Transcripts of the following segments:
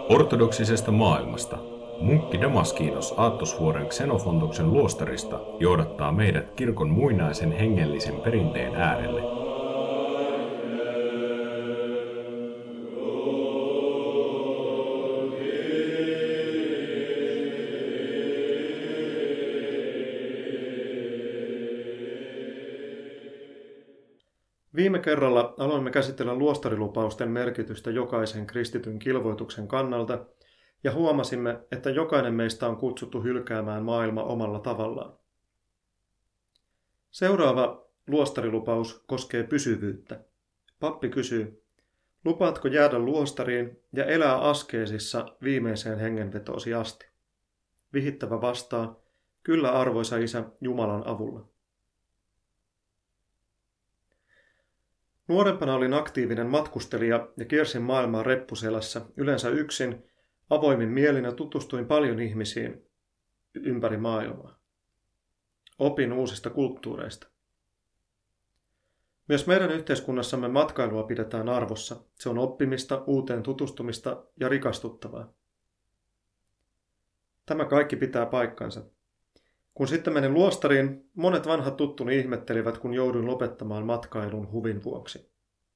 Ortodoksisesta maailmasta. Munkki Damaskinos Aattosvuoren Xenofontoksen luostarista johdattaa meidät kirkon muinaisen hengellisen perinteen äärelle. Viime kerralla aloimme käsitellä luostarilupausten merkitystä jokaisen kristityn kilvoituksen kannalta ja huomasimme, että jokainen meistä on kutsuttu hylkäämään maailma omalla tavallaan. Seuraava luostarilupaus koskee pysyvyyttä. Pappi kysyy, lupaatko jäädä luostariin ja elää askeesissa viimeiseen hengenvetoosi asti? Vihittävä vastaa, kyllä arvoisa Isä, Jumalan avulla. Nuorempana olin aktiivinen matkustelija ja kiersin maailmaa reppuselässä, yleensä yksin, avoimin mielin ja tutustuin paljon ihmisiin ympäri maailmaa. Opin uusista kulttuureista. Myös meidän yhteiskunnassamme matkailua pidetään arvossa. Se on oppimista, uuteen tutustumista ja rikastuttavaa. Tämä kaikki pitää paikkansa. Kun sitten menin luostariin, monet vanhat tuttuni ihmettelivät, kun jouduin lopettamaan matkailun huvin vuoksi.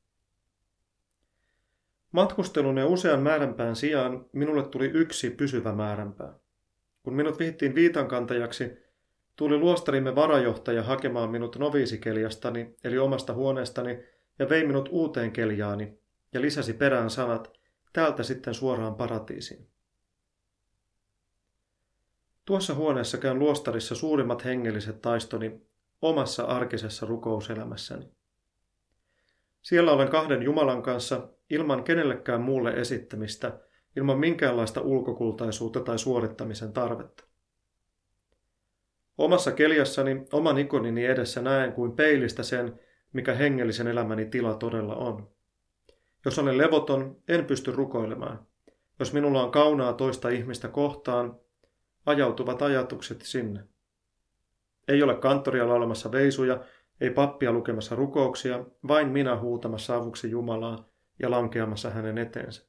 Matkustelun ja usean määränpään sijaan minulle tuli yksi pysyvä määränpää. Kun minut vihittiin viitankantajaksi, tuli luostarimme varajohtaja hakemaan minut noviisikeliastani, eli omasta huoneestani, ja vei minut uuteen keljaani, ja lisäsi perään sanat, täältä sitten suoraan paratiisiin. Tuossa huoneessa käyn luostarissa suurimmat hengelliset taistoni omassa arkisessa rukouselämässäni. Siellä olen kahden Jumalan kanssa ilman kenellekään muulle esittämistä, ilman minkäänlaista ulkokultaisuutta tai suorittamisen tarvetta. Omassa keljassani, oman ikonini edessä näen kuin peilistä sen, mikä hengellisen elämäni tila todella on. Jos olen levoton, en pysty rukoilemaan. Jos minulla on kaunaa toista ihmistä kohtaan, ajautuvat ajatukset sinne. Ei ole kanttoria laulamassa veisuja, ei pappia lukemassa rukouksia, vain minä huutamassa avuksi Jumalaa ja lankeamassa hänen eteensä.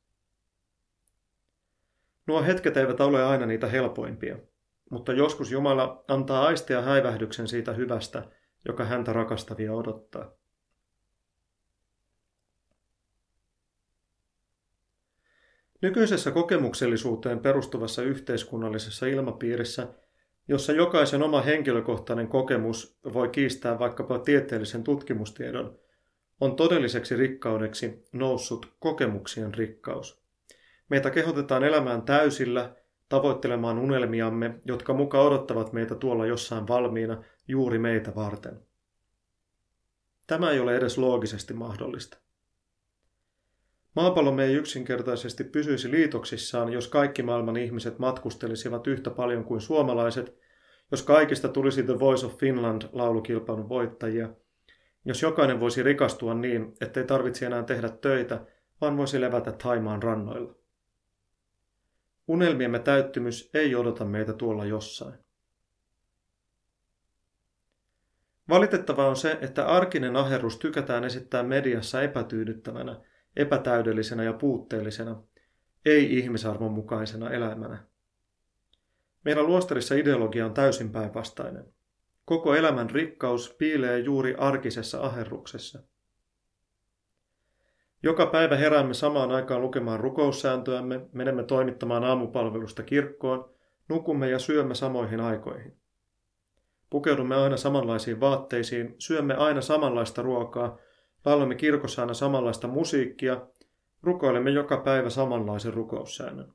Nuo hetket eivät ole aina niitä helpoimpia, mutta joskus Jumala antaa aistia häivähdyksen siitä hyvästä, joka häntä rakastavia odottaa. Nykyisessä kokemuksellisuuteen perustuvassa yhteiskunnallisessa ilmapiirissä, jossa jokaisen oma henkilökohtainen kokemus voi kiistää vaikkapa tieteellisen tutkimustiedon, on todelliseksi rikkaudeksi noussut kokemuksien rikkaus. Meitä kehotetaan elämään täysillä, tavoittelemaan unelmiamme, jotka muka odottavat meitä tuolla jossain valmiina juuri meitä varten. Tämä ei ole edes loogisesti mahdollista. Maapallomme ei yksinkertaisesti pysyisi liitoksissaan, jos kaikki maailman ihmiset matkustelisivat yhtä paljon kuin suomalaiset, jos kaikista tulisi The Voice of Finland-laulukilpailun voittajia, jos jokainen voisi rikastua niin, ettei tarvitse enää tehdä töitä, vaan voisi levätä Thaimaan rannoilla. Unelmiemme täyttymys ei odota meitä tuolla jossain. Valitettavaa on se, että arkinen aherrus tykätään esittää mediassa epätyydyttävänä, epätäydellisenä ja puutteellisena, ei ihmisarvon mukaisena elämänä. Meidän luostarissa ideologia on täysin päinvastainen. Koko elämän rikkaus piilee juuri arkisessa aherruksessa. Joka päivä heräämme samaan aikaan lukemaan rukoussääntöämme, menemme toimittamaan aamupalvelusta kirkkoon, nukumme ja syömme samoihin aikoihin. Pukeudumme aina samanlaisiin vaatteisiin, syömme aina samanlaista ruokaa, laulamme kirkossa aina samanlaista musiikkia, rukoilemme joka päivä samanlaisen rukoussäännön.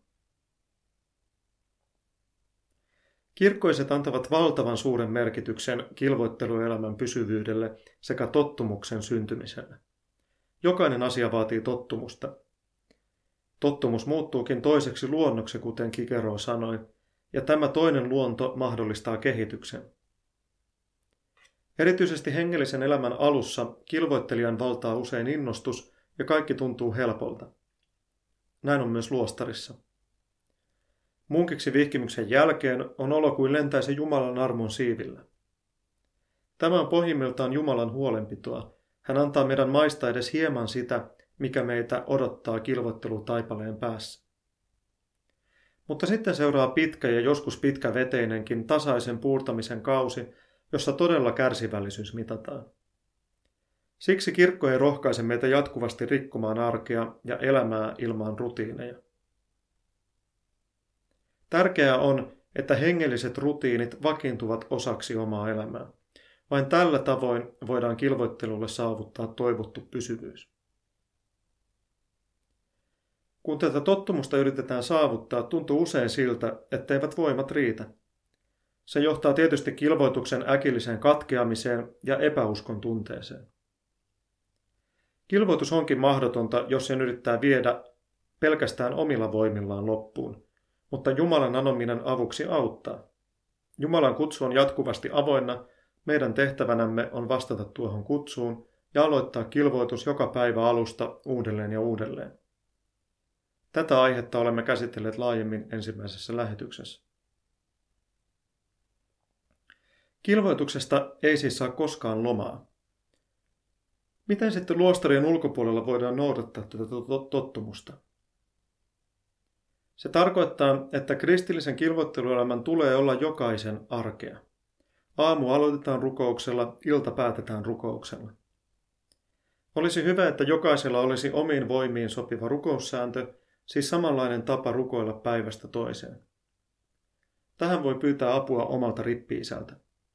Kirkkoiset antavat valtavan suuren merkityksen kilvoitteluelämän pysyvyydelle sekä tottumuksen syntymiselle. Jokainen asia vaatii tottumusta. Tottumus muuttuukin toiseksi luonnoksi, kuten Kikero sanoi, ja tämä toinen luonto mahdollistaa kehityksen. Erityisesti hengellisen elämän alussa kilvoittelijan valtaa usein innostus ja kaikki tuntuu helpolta. Näin on myös luostarissa. Munkiksi vihkimyksen jälkeen on olo kuin lentäisi Jumalan armon siivillä. Tämä on pohjimmiltaan Jumalan huolenpitoa. Hän antaa meidän maistaa edes hieman sitä, mikä meitä odottaa kilvoittelutaipaleen päässä. Mutta sitten seuraa pitkä ja joskus pitkäveteinenkin tasaisen puurtamisen kausi, jossa todella kärsivällisyys mitataan. Siksi kirkko ei rohkaise meitä jatkuvasti rikkomaan arkea ja elämää ilman rutiineja. Tärkeää on, että hengelliset rutiinit vakiintuvat osaksi omaa elämää. Vain tällä tavoin voidaan kilvoittelulle saavuttaa toivottu pysyvyys. Kun tätä tottumusta yritetään saavuttaa, tuntuu usein siltä, etteivät voimat riitä. Se johtaa tietysti kilvoituksen äkilliseen katkeamiseen ja epäuskon tunteeseen. Kilvoitus onkin mahdotonta, jos sen yrittää viedä pelkästään omilla voimillaan loppuun, mutta Jumalan anominen avuksi auttaa. Jumalan kutsu on jatkuvasti avoinna, meidän tehtävänämme on vastata tuohon kutsuun ja aloittaa kilvoitus joka päivä alusta uudelleen ja uudelleen. Tätä aihetta olemme käsitelleet laajemmin ensimmäisessä lähetyksessä. Kilvoituksesta ei siis saa koskaan lomaa. Miten sitten luostarien ulkopuolella voidaan noudattaa tätä tottumusta? Se tarkoittaa, että kristillisen kilvoitteluelämän tulee olla jokaisen arkea. Aamu aloitetaan rukouksella, ilta päätetään rukouksella. Olisi hyvä, että jokaisella olisi omiin voimiin sopiva rukoussääntö, siis samanlainen tapa rukoilla päivästä toiseen. Tähän voi pyytää apua omalta rippi-isältä.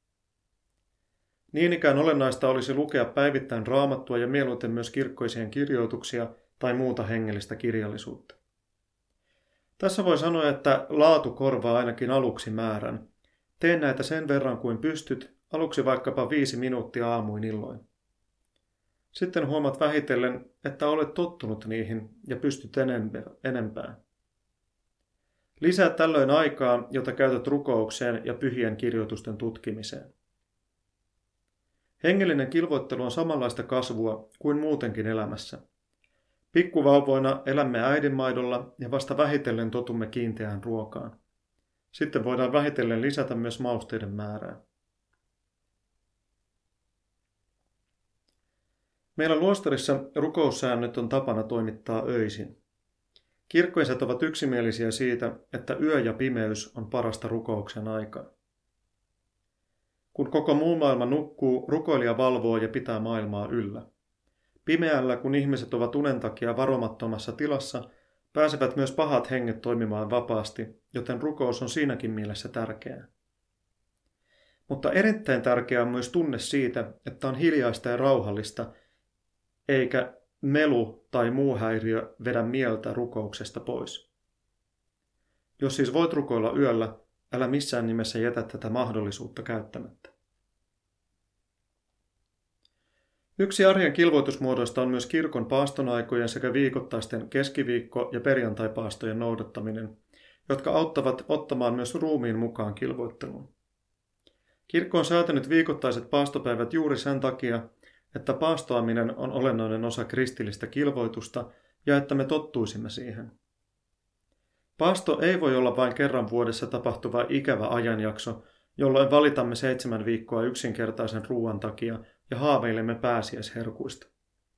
Niin ikään olennaista olisi lukea päivittäin raamattua ja mieluiten myös kirkkoisien kirjoituksia tai muuta hengellistä kirjallisuutta. Tässä voi sanoa, että laatu korvaa ainakin aluksi määrän. Tee näitä sen verran kuin pystyt, aluksi vaikkapa 5 minuuttia aamuin illoin. Sitten huomaat vähitellen, että olet tottunut niihin ja pystyt enempään. Lisää tällöin aikaa, jota käytät rukoukseen ja pyhien kirjoitusten tutkimiseen. Hengellinen kilvoittelu on samanlaista kasvua kuin muutenkin elämässä. Pikkuvauvoina elämme äidinmaidolla ja vasta vähitellen totumme kiinteään ruokaan. Sitten voidaan vähitellen lisätä myös mausteiden määrää. Meillä luostarissa rukoussäännöt on tapana toimittaa öisin. Kirkkoiset ovat yksimielisiä siitä, että yö ja pimeys on parasta rukouksen aikaa. Kun koko muu maailma nukkuu, rukoilija valvoo ja pitää maailmaa yllä. Pimeällä, kun ihmiset ovat unen takia varomattomassa tilassa, pääsevät myös pahat henget toimimaan vapaasti, joten rukous on siinäkin mielessä tärkeää. Mutta erittäin tärkeää on myös tunne siitä, että on hiljaista ja rauhallista, eikä melu tai muu häiriö vedä mieltä rukouksesta pois. Jos siis voit rukoilla yöllä, älä missään nimessä jätä tätä mahdollisuutta käyttämättä. Yksi arjen kilvoitusmuodoista on myös kirkon paastonaikojen sekä viikoittaisten keskiviikko- ja perjantaipaastojen noudattaminen, jotka auttavat ottamaan myös ruumiin mukaan kilvoitteluun. Kirkko on säätänyt viikoittaiset paastopäivät juuri sen takia, että paastoaminen on olennainen osa kristillistä kilvoitusta ja että me tottuisimme siihen. Paasto ei voi olla vain kerran vuodessa tapahtuva ikävä ajanjakso, jolloin valitamme 7 viikkoa yksinkertaisen ruoan takia ja haaveilemme pääsiäisherkuista.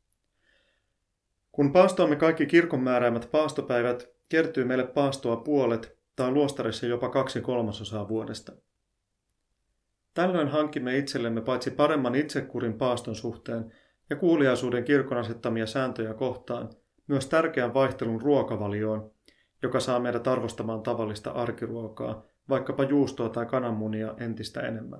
Kun paastoamme kaikki kirkon määräämät paastopäivät, kertyy meille paastoa puolet tai luostarissa jopa 2/3 vuodesta. Tällöin hankimme itsellemme paitsi paremman itsekurin paaston suhteen ja kuuliaisuuden kirkon asettamia sääntöjä kohtaan, myös tärkeän vaihtelun ruokavalioon, joka saa meidät arvostamaan tavallista arkiruokaa, vaikkapa juustoa tai kananmunia entistä enemmän.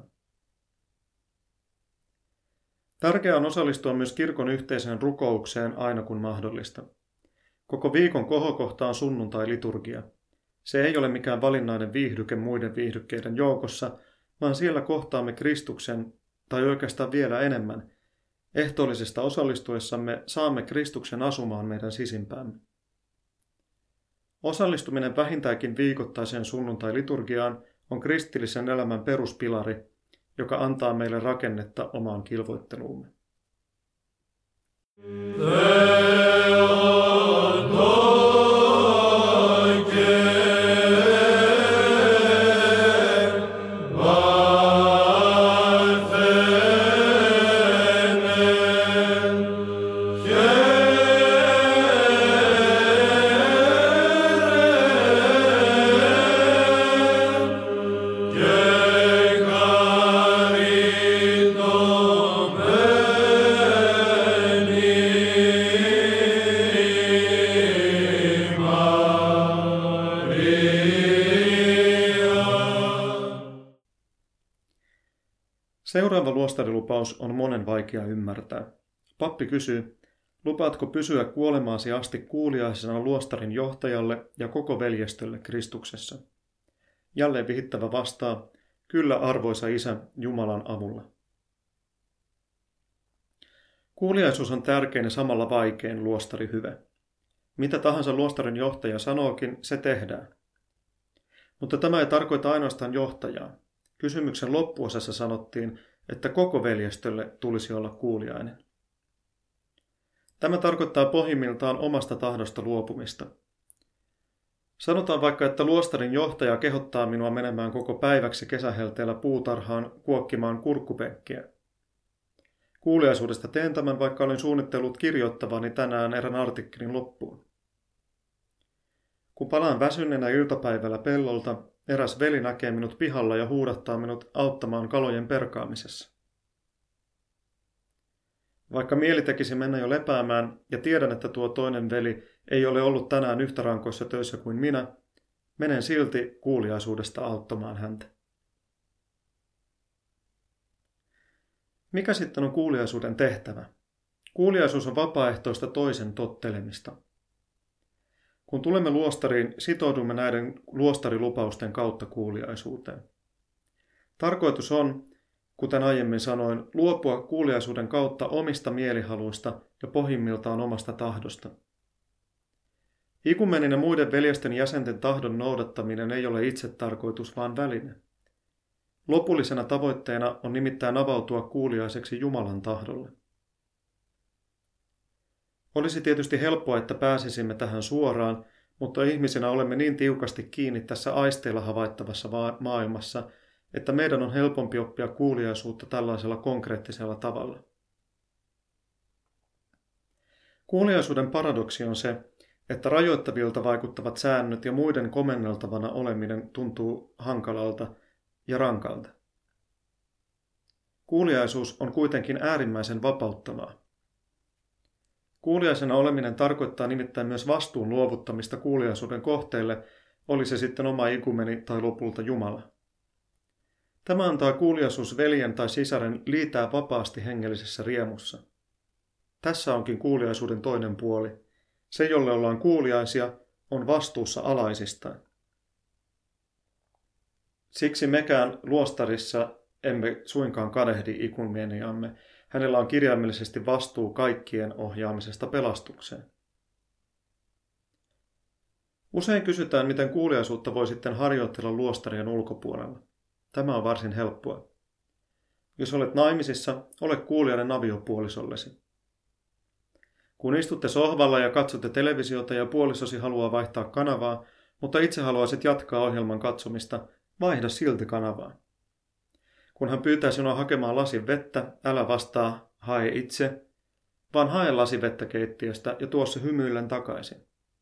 Tärkeää on osallistua myös kirkon yhteiseen rukoukseen aina kun mahdollista. Koko viikon kohokohta on sunnuntai-liturgia. Se ei ole mikään valinnainen viihdyke muiden viihdykkeiden joukossa, vaan siellä kohtaamme Kristuksen, tai oikeastaan vielä enemmän. Ehtoollisesta osallistuessamme saamme Kristuksen asumaan meidän sisimpäämme. Osallistuminen vähintäänkin viikoittaiseen sunnuntai-liturgiaan on kristillisen elämän peruspilari, joka antaa meille rakennetta omaan kilvoitteluumme. Seuraava luostarilupaus on monen vaikea ymmärtää. Pappi kysyy, lupaatko pysyä kuolemaasi asti kuuliaisena luostarin johtajalle ja koko veljestölle Kristuksessa? Jälleen vihittävä vastaa, kyllä arvoisa Isä Jumalan avulla. Kuuliaisuus on tärkein ja samalla vaikein luostarihyve. Mitä tahansa luostarin johtaja sanookin, se tehdään. Mutta tämä ei tarkoita ainoastaan johtajaa. Kysymyksen loppuosassa sanottiin, että koko veljestölle tulisi olla kuuliainen. Tämä tarkoittaa pohjimmiltaan omasta tahdosta luopumista. Sanotaan vaikka, että luostarin johtaja kehottaa minua menemään koko päiväksi kesähelteellä puutarhaan kuokkimaan kurkkupenkkiä. Kuuliaisuudesta teen tämän, vaikka olin suunnitellut kirjoittavani tänään erään artikkelin loppuun. Kun palaan väsyneenä iltapäivällä pellolta, eräs veli näkee minut pihalla ja huudattaa minut auttamaan kalojen perkaamisessa. Vaikka mieli tekisi mennä jo lepäämään ja tiedän, että tuo toinen veli ei ole ollut tänään yhtä rankoissa töissä kuin minä, menen silti kuuliaisuudesta auttamaan häntä. Mikä sitten on kuuliaisuuden tehtävä? Kuuliaisuus on vapaaehtoista toisen tottelemista. Kun tulemme luostariin, sitoudumme näiden luostarilupausten kautta kuuliaisuuteen. Tarkoitus on, kuten aiemmin sanoin, luopua kuuliaisuuden kautta omista mielihaluista ja pohjimmiltaan omasta tahdosta. Ikumenin ja muiden veljesten jäsenten tahdon noudattaminen ei ole itsetarkoitus, vaan väline. Lopullisena tavoitteena on nimittäin avautua kuuliaiseksi Jumalan tahdolle. Olisi tietysti helppoa, että pääsisimme tähän suoraan, mutta ihmisinä olemme niin tiukasti kiinni tässä aisteilla havaittavassa maailmassa, että meidän on helpompi oppia kuuliaisuutta tällaisella konkreettisella tavalla. Kuuliaisuuden paradoksi on se, että rajoittavilta vaikuttavat säännöt ja muiden komenneltavana oleminen tuntuu hankalalta ja rankalta. Kuuliaisuus on kuitenkin äärimmäisen vapauttavaa. Kuuliaisena oleminen tarkoittaa nimittäin myös vastuun luovuttamista kuuliaisuuden kohteelle, oli se sitten oma ikumeni tai lopulta Jumala. Tämä antaa kuuliaisuus veljen tai sisaren liitää vapaasti hengellisessä riemussa. Tässä onkin kuuliaisuuden toinen puoli. Se, jolle ollaan kuuliaisia, on vastuussa alaisistaan. Siksi mekään luostarissa emme suinkaan kadehdi ikumeniamme. Hänellä on kirjaimellisesti vastuu kaikkien ohjaamisesta pelastukseen. Usein kysytään, miten kuuliaisuutta voi sitten harjoitella luostarien ulkopuolella. Tämä on varsin helppoa. Jos olet naimisissa, ole kuulijainen aviopuolisollesi. Kun istutte sohvalla ja katsotte televisiota ja puolisosi haluaa vaihtaa kanavaa, mutta itse haluaisit jatkaa ohjelman katsomista, vaihda silti kanavaa. Kun hän pyytää sinua hakemaan lasin vettä, älä vastaa, hae itse, vaan hae lasi vettä keittiöstä ja tuo se hymyillen takaisin.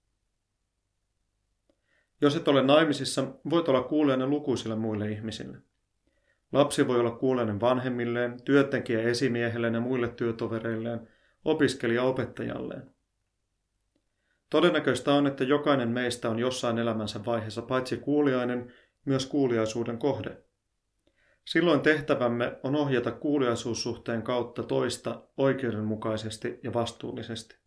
Jos et ole naimisissa, voit olla kuulijainen lukuisille muille ihmisille. Lapsi voi olla kuulijainen vanhemmilleen, työntekijä esimiehelleen ja muille työtovereilleen, opiskelija opettajalleen. Todennäköistä on, että jokainen meistä on jossain elämänsä vaiheessa paitsi kuuliainen, myös kuuliaisuuden kohde. Silloin tehtävämme on ohjata kuuliaisuussuhteen kautta toista oikeudenmukaisesti ja vastuullisesti.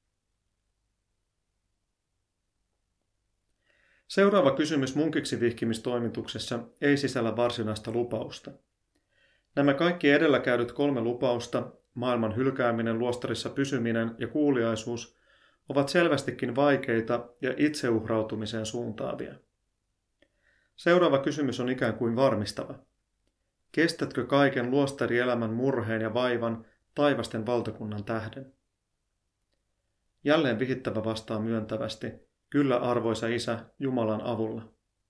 Seuraava kysymys munkiksi vihkimistoimituksessa ei sisällä varsinaista lupausta. Nämä kaikki edellä käydyt 3 lupausta, maailman hylkääminen, luostarissa pysyminen ja kuuliaisuus, ovat selvästikin vaikeita ja itseuhrautumiseen suuntaavia. Seuraava kysymys on ikään kuin varmistava. Kestätkö kaiken luostarielämän murheen ja vaivan taivasten valtakunnan tähden? Jälleen vihittävä vastaa myöntävästi, kyllä arvoisa Isä Jumalan avulla.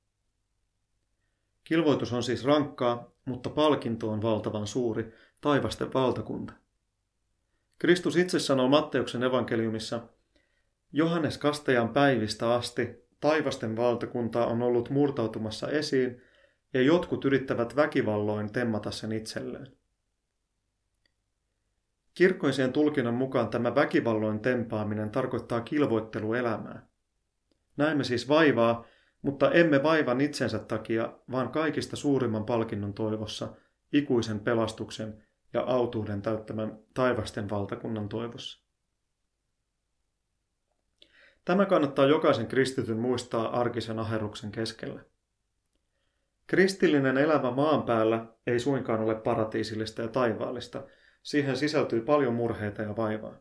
Kilvoitus on siis rankkaa, mutta palkinto on valtavan suuri, taivasten valtakunta. Kristus itse sanoo Matteuksen evankeliumissa, Johannes Kastajan päivistä asti taivasten valtakunta on ollut murtautumassa esiin, ja jotkut yrittävät väkivalloin temmata sen itselleen. Kirkkoisien tulkinnan mukaan tämä väkivalloin tempaaminen tarkoittaa kilvoitteluelämää. Näemme siis vaivaa, mutta emme vaivan itsensä takia, vaan kaikista suurimman palkinnon toivossa, ikuisen pelastuksen ja autuuden täyttämän taivasten valtakunnan toivossa. Tämä kannattaa jokaisen kristityn muistaa arkisen aherruksen keskellä. Kristillinen elämä maan päällä ei suinkaan ole paratiisillista ja taivaallista. Siihen sisältyy paljon murheita ja vaivaa.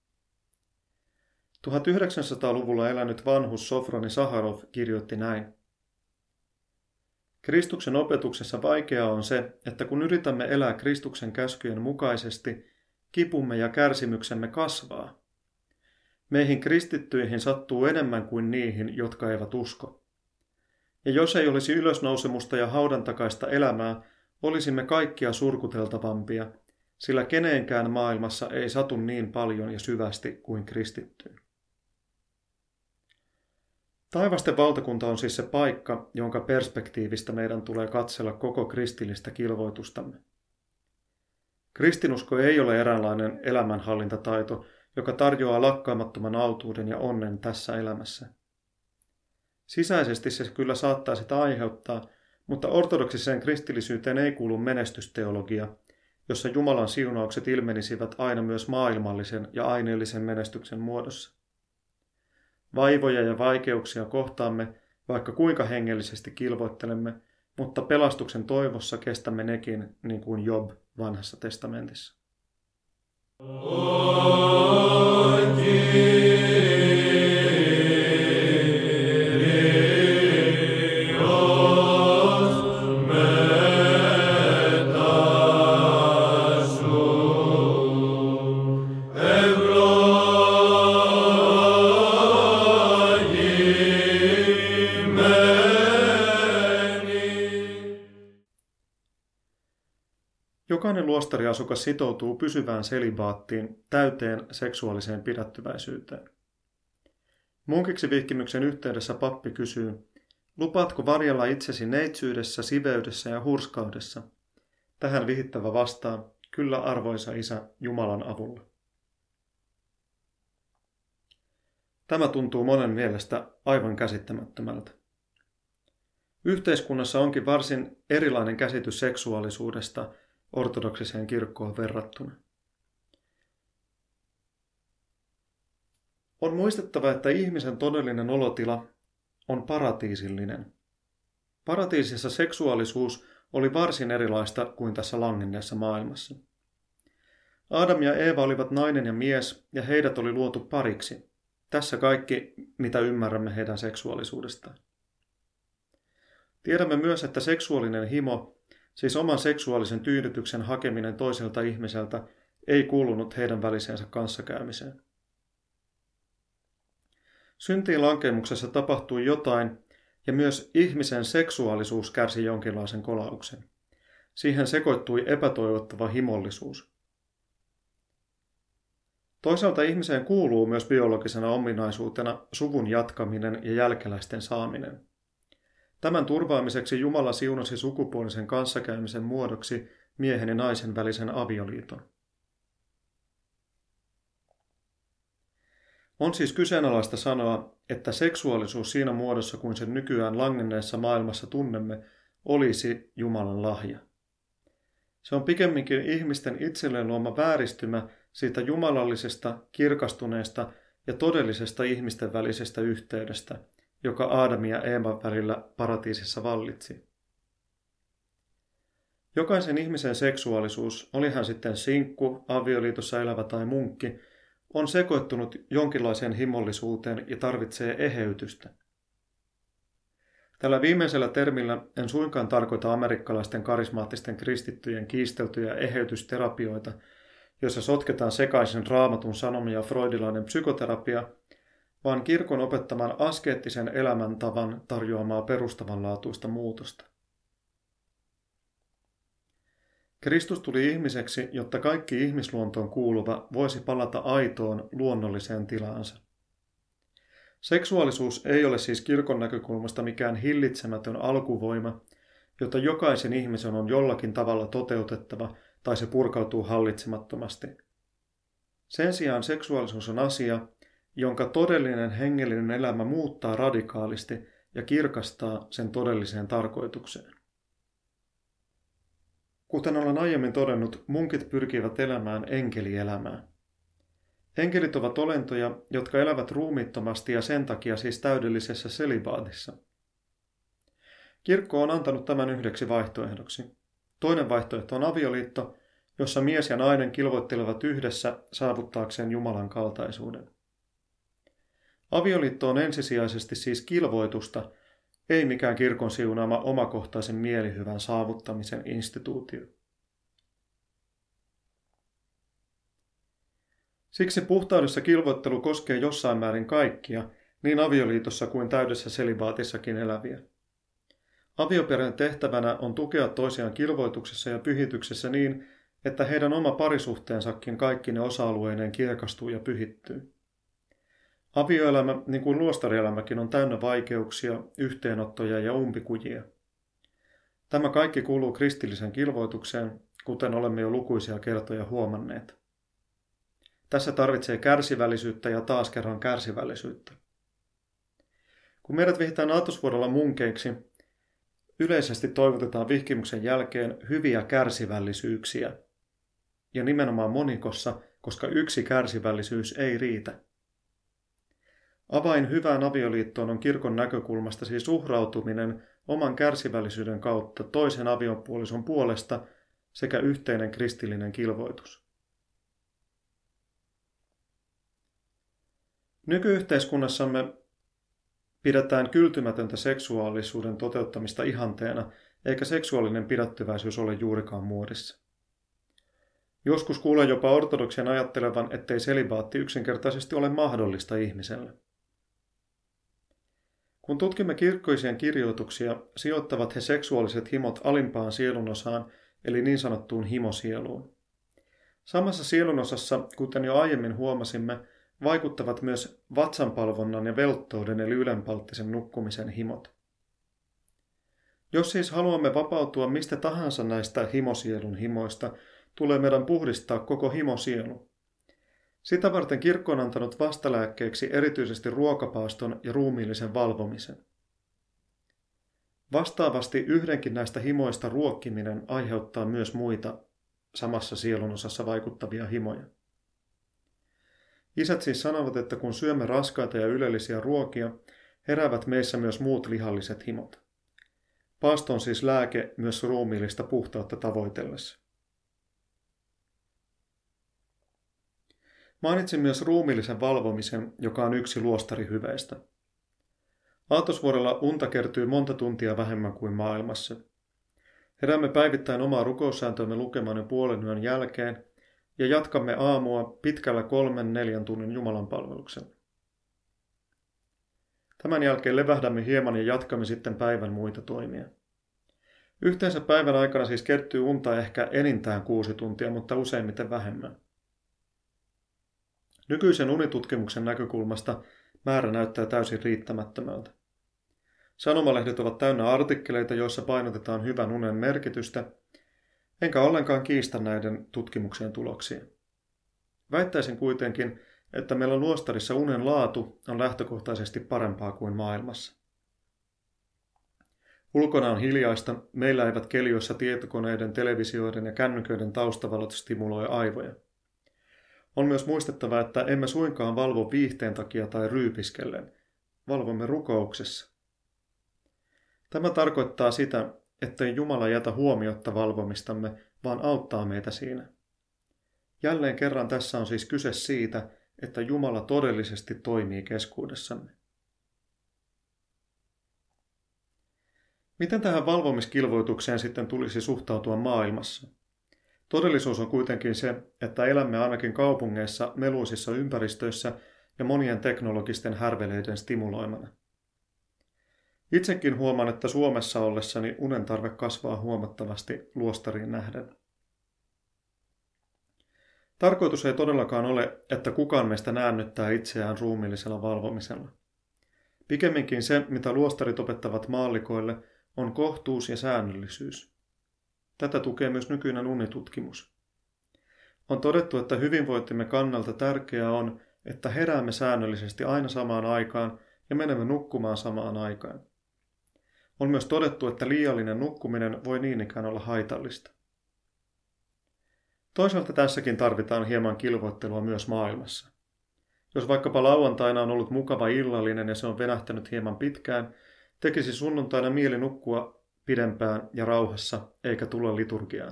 1900-luvulla elänyt vanhus Sofroni Saharov kirjoitti näin. Kristuksen opetuksessa vaikeaa on se, että kun yritämme elää Kristuksen käskyjen mukaisesti, kipumme ja kärsimyksemme kasvaa. Meihin kristittyihin sattuu enemmän kuin niihin, jotka eivät usko. Ja jos ei olisi ylösnousemusta ja haudan takaista elämää, olisimme kaikkia surkuteltavampia, sillä keneenkään maailmassa ei satu niin paljon ja syvästi kuin kristittyyn. Taivasten valtakunta on siis se paikka, jonka perspektiivistä meidän tulee katsella koko kristillistä kilvoitustamme. Kristinusko ei ole eräänlainen elämänhallintataito, joka tarjoaa lakkaamattoman autuuden ja onnen tässä elämässä. Sisäisesti se kyllä saattaa sitä aiheuttaa, mutta ortodoksiseen kristillisyyteen ei kuulu menestysteologia, jossa Jumalan siunaukset ilmenisivät aina myös maailmallisen ja aineellisen menestyksen muodossa. Vaivoja ja vaikeuksia kohtaamme, vaikka kuinka hengellisesti kilvoittelemme, mutta pelastuksen toivossa kestämme nekin, niin kuin Job vanhassa testamentissa. Jokainen luostariasukas sitoutuu pysyvään selibaattiin, täyteen seksuaaliseen pidättyväisyyteen. Munkiksi vihkimyksen yhteydessä pappi kysyy, lupaatko varjella itsesi neitsyydessä, siveydessä ja hurskaudessa? Tähän vihittävä vastaa, kyllä arvoisa isä, Jumalan avulla. Tämä tuntuu monen mielestä aivan käsittämättömältä. Yhteiskunnassa onkin varsin erilainen käsitys seksuaalisuudesta ortodoksiseen kirkkoon verrattuna. On muistettava, että ihmisen todellinen olotila on paratiisillinen. Paratiisissa seksuaalisuus oli varsin erilaista kuin tässä langenneessa maailmassa. Adam ja Eeva olivat nainen ja mies, ja heidät oli luotu pariksi. Tässä kaikki, mitä ymmärrämme heidän seksuaalisuudestaan. Tiedämme myös, että seksuaalinen himo, siis oman seksuaalisen tyydytyksen hakeminen toiselta ihmiseltä, ei kuulunut heidän väliseensä kanssakäymiseen. Syntiin lankemuksessa tapahtui jotain, ja myös ihmisen seksuaalisuus kärsi jonkinlaisen kolauksen. Siihen sekoittui epätoivottava himollisuus. Toisaalta ihmiseen kuuluu myös biologisena ominaisuutena suvun jatkaminen ja jälkeläisten saaminen. Tämän turvaamiseksi Jumala siunasi sukupuolisen kanssakäymisen muodoksi miehen ja naisen välisen avioliiton. On siis kyseenalaista sanoa, että seksuaalisuus siinä muodossa kuin sen nykyään langenneessa maailmassa tunnemme olisi Jumalan lahja. Se on pikemminkin ihmisten itselleen luoma vääristymä siitä jumalallisesta, kirkastuneesta ja todellisesta ihmisten välisestä yhteydestä, joka Aadamin ja Eevan välillä paratiisissa vallitsi. Jokaisen ihmisen seksuaalisuus, oli hän sitten sinkku, avioliitossa elävä tai munkki, on sekoittunut jonkinlaiseen himollisuuteen ja tarvitsee eheytystä. Tällä viimeisellä termillä en suinkaan tarkoita amerikkalaisten karismaattisten kristittyjen kiisteltyjä eheytysterapioita, joissa sotketaan sekaisin Raamatun sanomia ja freudilainen psykoterapia, vaan kirkon opettaman askeettisen elämäntavan tarjoamaa perustavanlaatuista muutosta. Kristus tuli ihmiseksi, jotta kaikki ihmisluontoon kuuluva voisi palata aitoon luonnolliseen tilaansa. Seksuaalisuus ei ole siis kirkon näkökulmasta mikään hillitsemätön alkuvoima, jota jokaisen ihmisen on jollakin tavalla toteutettava tai se purkautuu hallitsemattomasti. Sen sijaan seksuaalisuus on asia, jonka todellinen hengellinen elämä muuttaa radikaalisti ja kirkastaa sen todelliseen tarkoitukseen. Kuten olen aiemmin todennut, munkit pyrkivät elämään enkelielämää. Enkelit ovat olentoja, jotka elävät ruumiittomasti ja sen takia siis täydellisessä selibaatissa. Kirkko on antanut tämän yhdeksi vaihtoehdoksi. Toinen vaihtoehto on avioliitto, jossa mies ja nainen kilvoittelevat yhdessä saavuttaakseen Jumalan kaltaisuuden. Avioliitto on ensisijaisesti siis kilvoitusta, ei mikään kirkon siunaama omakohtaisen mielihyvän saavuttamisen instituutio. Siksi puhtaudessa kilvoittelu koskee jossain määrin kaikkia, niin avioliitossa kuin täydessä selibaatissakin eläviä. Avioperheen tehtävänä on tukea toisiaan kilvoituksessa ja pyhityksessä niin, että heidän oma parisuhteensakin kaikki ne osa-alueineen kirkastuu ja pyhittyy. Avioelämä, niin kuin luostarielämäkin, on täynnä vaikeuksia, yhteenottoja ja umpikujia. Tämä kaikki kuuluu kristilliseen kilvoitukseen, kuten olemme jo lukuisia kertoja huomanneet. Tässä tarvitsee kärsivällisyyttä ja taas kerran kärsivällisyyttä. Kun meidät vihitään aattosvuorolla munkeiksi, yleisesti toivotetaan vihkimyksen jälkeen hyviä kärsivällisyyksiä. Ja nimenomaan monikossa, koska yksi kärsivällisyys ei riitä. Avain hyvään avioliittoon on kirkon näkökulmasta siis uhrautuminen oman kärsivällisyyden kautta toisen aviopuolison puolesta sekä yhteinen kristillinen kilvoitus. Nykyyhteiskunnassamme pidetään kyltymätöntä seksuaalisuuden toteuttamista ihanteena, eikä seksuaalinen pidättyväisyys ole juurikaan muodissa. Joskus kuulee jopa ortodoksien ajattelevan, ettei selibaatti yksinkertaisesti ole mahdollista ihmiselle. Kun tutkimme kirkkoisien kirjoituksia, sijoittavat he seksuaaliset himot alimpaan sielunosaan, eli niin sanottuun himosieluun. Samassa sielunosassa, kuten jo aiemmin huomasimme, vaikuttavat myös vatsanpalvonnan ja velttouden eli ylenpalttisen nukkumisen himot. Jos siis haluamme vapautua mistä tahansa näistä himosielun himoista, tulee meidän puhdistaa koko himosielu. Sitä varten kirkko on antanut vastalääkkeeksi erityisesti ruokapaaston ja ruumiillisen valvomisen. Vastaavasti yhdenkin näistä himoista ruokkiminen aiheuttaa myös muita samassa sielunosassa vaikuttavia himoja. Isät siis sanovat, että kun syömme raskaita ja ylellisiä ruokia, heräävät meissä myös muut lihalliset himot. Paasto on siis lääke myös ruumiillista puhtautta tavoitellessa. Mainitsin myös ruumiillisen valvomisen, joka on yksi luostarihyveistä. Aattosvuorella unta kertyy monta tuntia vähemmän kuin maailmassa. Heräämme päivittäin omaa rukoussääntöämme lukemaan jo puolen yön jälkeen ja jatkamme aamua pitkällä 3-4 tunnin jumalanpalveluksen. Tämän jälkeen levähdämme hieman ja jatkamme sitten päivän muita toimia. Yhteensä päivän aikana siis kertyy unta ehkä enintään 6 tuntia, mutta useimmiten vähemmän. Nykyisen unitutkimuksen näkökulmasta määrä näyttää täysin riittämättömältä. Sanomalehdet ovat täynnä artikkeleita, joissa painotetaan hyvän unen merkitystä, enkä ollenkaan kiistä näiden tutkimuksien tuloksia. Väittäisin kuitenkin, että meillä luostarissa unen laatu on lähtökohtaisesti parempaa kuin maailmassa. Ulkona on hiljaista, meillä eivät keljoissa tietokoneiden, televisioiden ja kännyköiden taustavalot stimuloi aivoja. On myös muistettava, että emme suinkaan valvo viihteen takia tai ryypiskellen, valvomme rukouksessa. Tämä tarkoittaa sitä, ettei Jumala jätä huomiotta valvomistamme, vaan auttaa meitä siinä. Jälleen kerran tässä on siis kyse siitä, että Jumala todellisesti toimii keskuudessamme. Miten tähän valvomiskilvoitukseen sitten tulisi suhtautua maailmassa? Todellisuus on kuitenkin se, että elämme ainakin kaupungeissa, meluisissa ympäristöissä ja monien teknologisten härveleiden stimuloimana. Itsekin huomaan, että Suomessa ollessani unen tarve kasvaa huomattavasti luostariin nähden. Tarkoitus ei todellakaan ole, että kukaan meistä näännyttää itseään ruumiillisella valvomisella. Pikemminkin se, mitä luostarit opettavat maallikoille, on kohtuus ja säännöllisyys. Tätä tukee myös nykyinen unitutkimus. On todettu, että hyvinvointimme kannalta tärkeää on, että heräämme säännöllisesti aina samaan aikaan ja menemme nukkumaan samaan aikaan. On myös todettu, että liiallinen nukkuminen voi niin ikään olla haitallista. Toisaalta tässäkin tarvitaan hieman kilvoittelua myös maailmassa. Jos vaikkapa lauantaina on ollut mukava illallinen ja se on venähtänyt hieman pitkään, tekisi sunnuntaina mieli nukkua pidempään ja rauhassa, eikä tulla liturgiaan.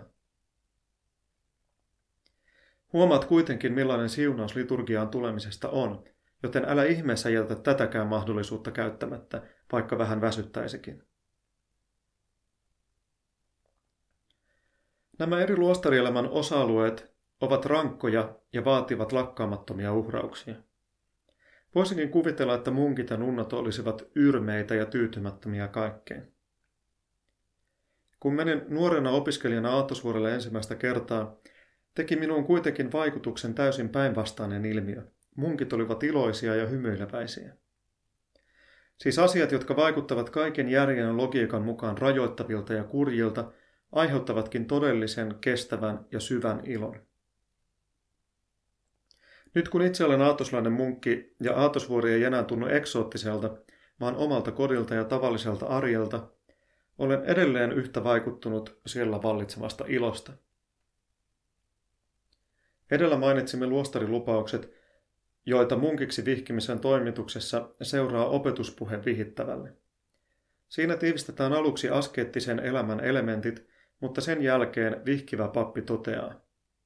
Huomaat kuitenkin, millainen siunaus liturgiaan tulemisesta on, joten älä ihmeessä jätä tätäkään mahdollisuutta käyttämättä, vaikka vähän väsyttäisikin. Nämä eri luostarielämän osa-alueet ovat rankkoja ja vaativat lakkaamattomia uhrauksia. Voisinkin kuvitella, että munkit ja nunnat olisivat yrmeitä ja tyytymättömiä kaikkeen. Kun menin nuorena opiskelijana Aattosvuorelle ensimmäistä kertaa, teki minuun kuitenkin vaikutuksen täysin päinvastainen ilmiö. Munkit olivat iloisia ja hymyileväisiä. Siis asiat, jotka vaikuttavat kaiken järjen ja logiikan mukaan rajoittavilta ja kurjilta, aiheuttavatkin todellisen, kestävän ja syvän ilon. Nyt kun itse olen aattoslainen munkki ja Aattosvuori ei enää tunnu eksoottiselta, vaan omalta kodilta ja tavalliselta arjelta, olen edelleen yhtä vaikuttunut siellä vallitsevasta ilosta. Edellä mainitsimme luostarilupaukset, joita munkiksi vihkimisen toimituksessa seuraa opetuspuhe vihittävälle. Siinä tiivistetään aluksi askeettisen elämän elementit, mutta sen jälkeen vihkivä pappi toteaa: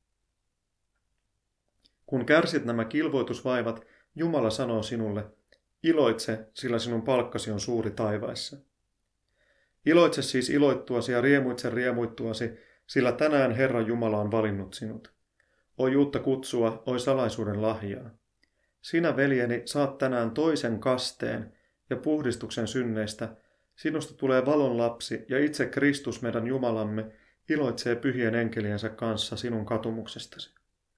kun kärsit nämä kilvoitusvaivat, Jumala sanoo sinulle, iloitse, sillä sinun palkkasi on suuri taivaissa. Iloitse siis iloittuasi ja riemuitse riemuittuasi, sillä tänään Herra Jumala on valinnut sinut. Oi uutta kutsua, oi salaisuuden lahjaa. Sinä, veljeni, saat tänään toisen kasteen ja puhdistuksen synneistä. Sinusta tulee valon lapsi ja itse Kristus, meidän Jumalamme, iloitsee pyhien enkeliensä kanssa sinun katumuksestasi.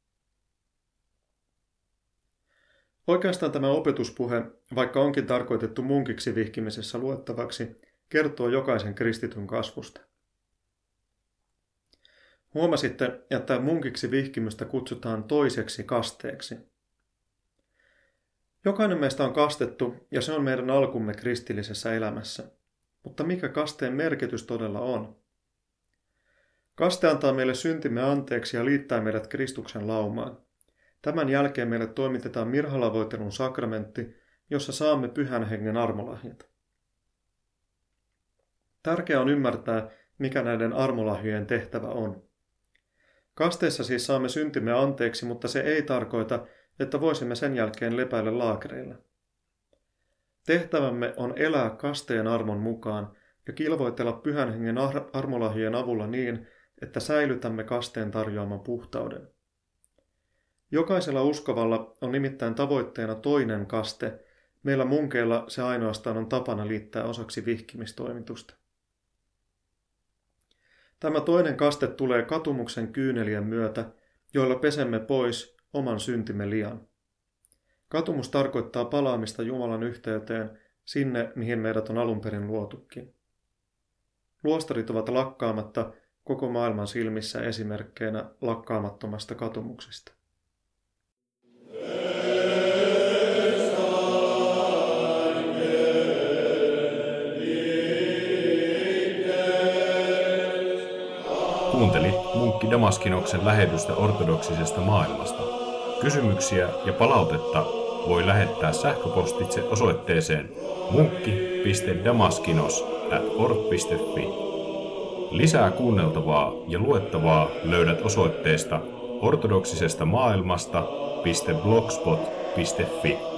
Oikeastaan tämä opetuspuhe, vaikka onkin tarkoitettu munkiksi vihkimisessä luettavaksi, kertoo jokaisen kristityn kasvusta. Huomasitte, että munkiksi vihkimystä kutsutaan toiseksi kasteeksi. Jokainen meistä on kastettu ja se on meidän alkumme kristillisessä elämässä. Mutta mikä kasteen merkitys todella on? Kaste antaa meille syntimme anteeksi ja liittää meidät Kristuksen laumaan. Tämän jälkeen meille toimitetaan mirhalavoitelun sakramentti, jossa saamme Pyhän Hengen armolahjat. Tärkeää on ymmärtää, mikä näiden armolahjojen tehtävä on. Kasteessa siis saamme syntimme anteeksi, mutta se ei tarkoita, että voisimme sen jälkeen lepäillä laakereilla. Tehtävämme on elää kasteen armon mukaan ja kilvoitella Pyhän Hengen armolahjojen avulla niin, että säilytämme kasteen tarjoaman puhtauden. Jokaisella uskovalla on nimittäin tavoitteena toinen kaste. Meillä munkeilla se ainoastaan on tapana liittää osaksi vihkimistoimitusta. Tämä toinen kaste tulee katumuksen kyynelien myötä, joilla pesemme pois oman syntimme lian. Katumus tarkoittaa palaamista Jumalan yhteyteen sinne, mihin meidät on alun perin luotukin. Luostarit ovat lakkaamatta koko maailman silmissä esimerkkeinä lakkaamattomasta katumuksesta. Kuunteli Munkki Damaskinoksen lähetystä ortodoksisesta maailmasta. Kysymyksiä ja palautetta voi lähettää sähköpostitse osoitteeseen munkki.damaskinos@org.fi. Lisää kuunneltavaa ja luettavaa löydät osoitteesta ortodoksisesta maailmasta.blogspot.fi.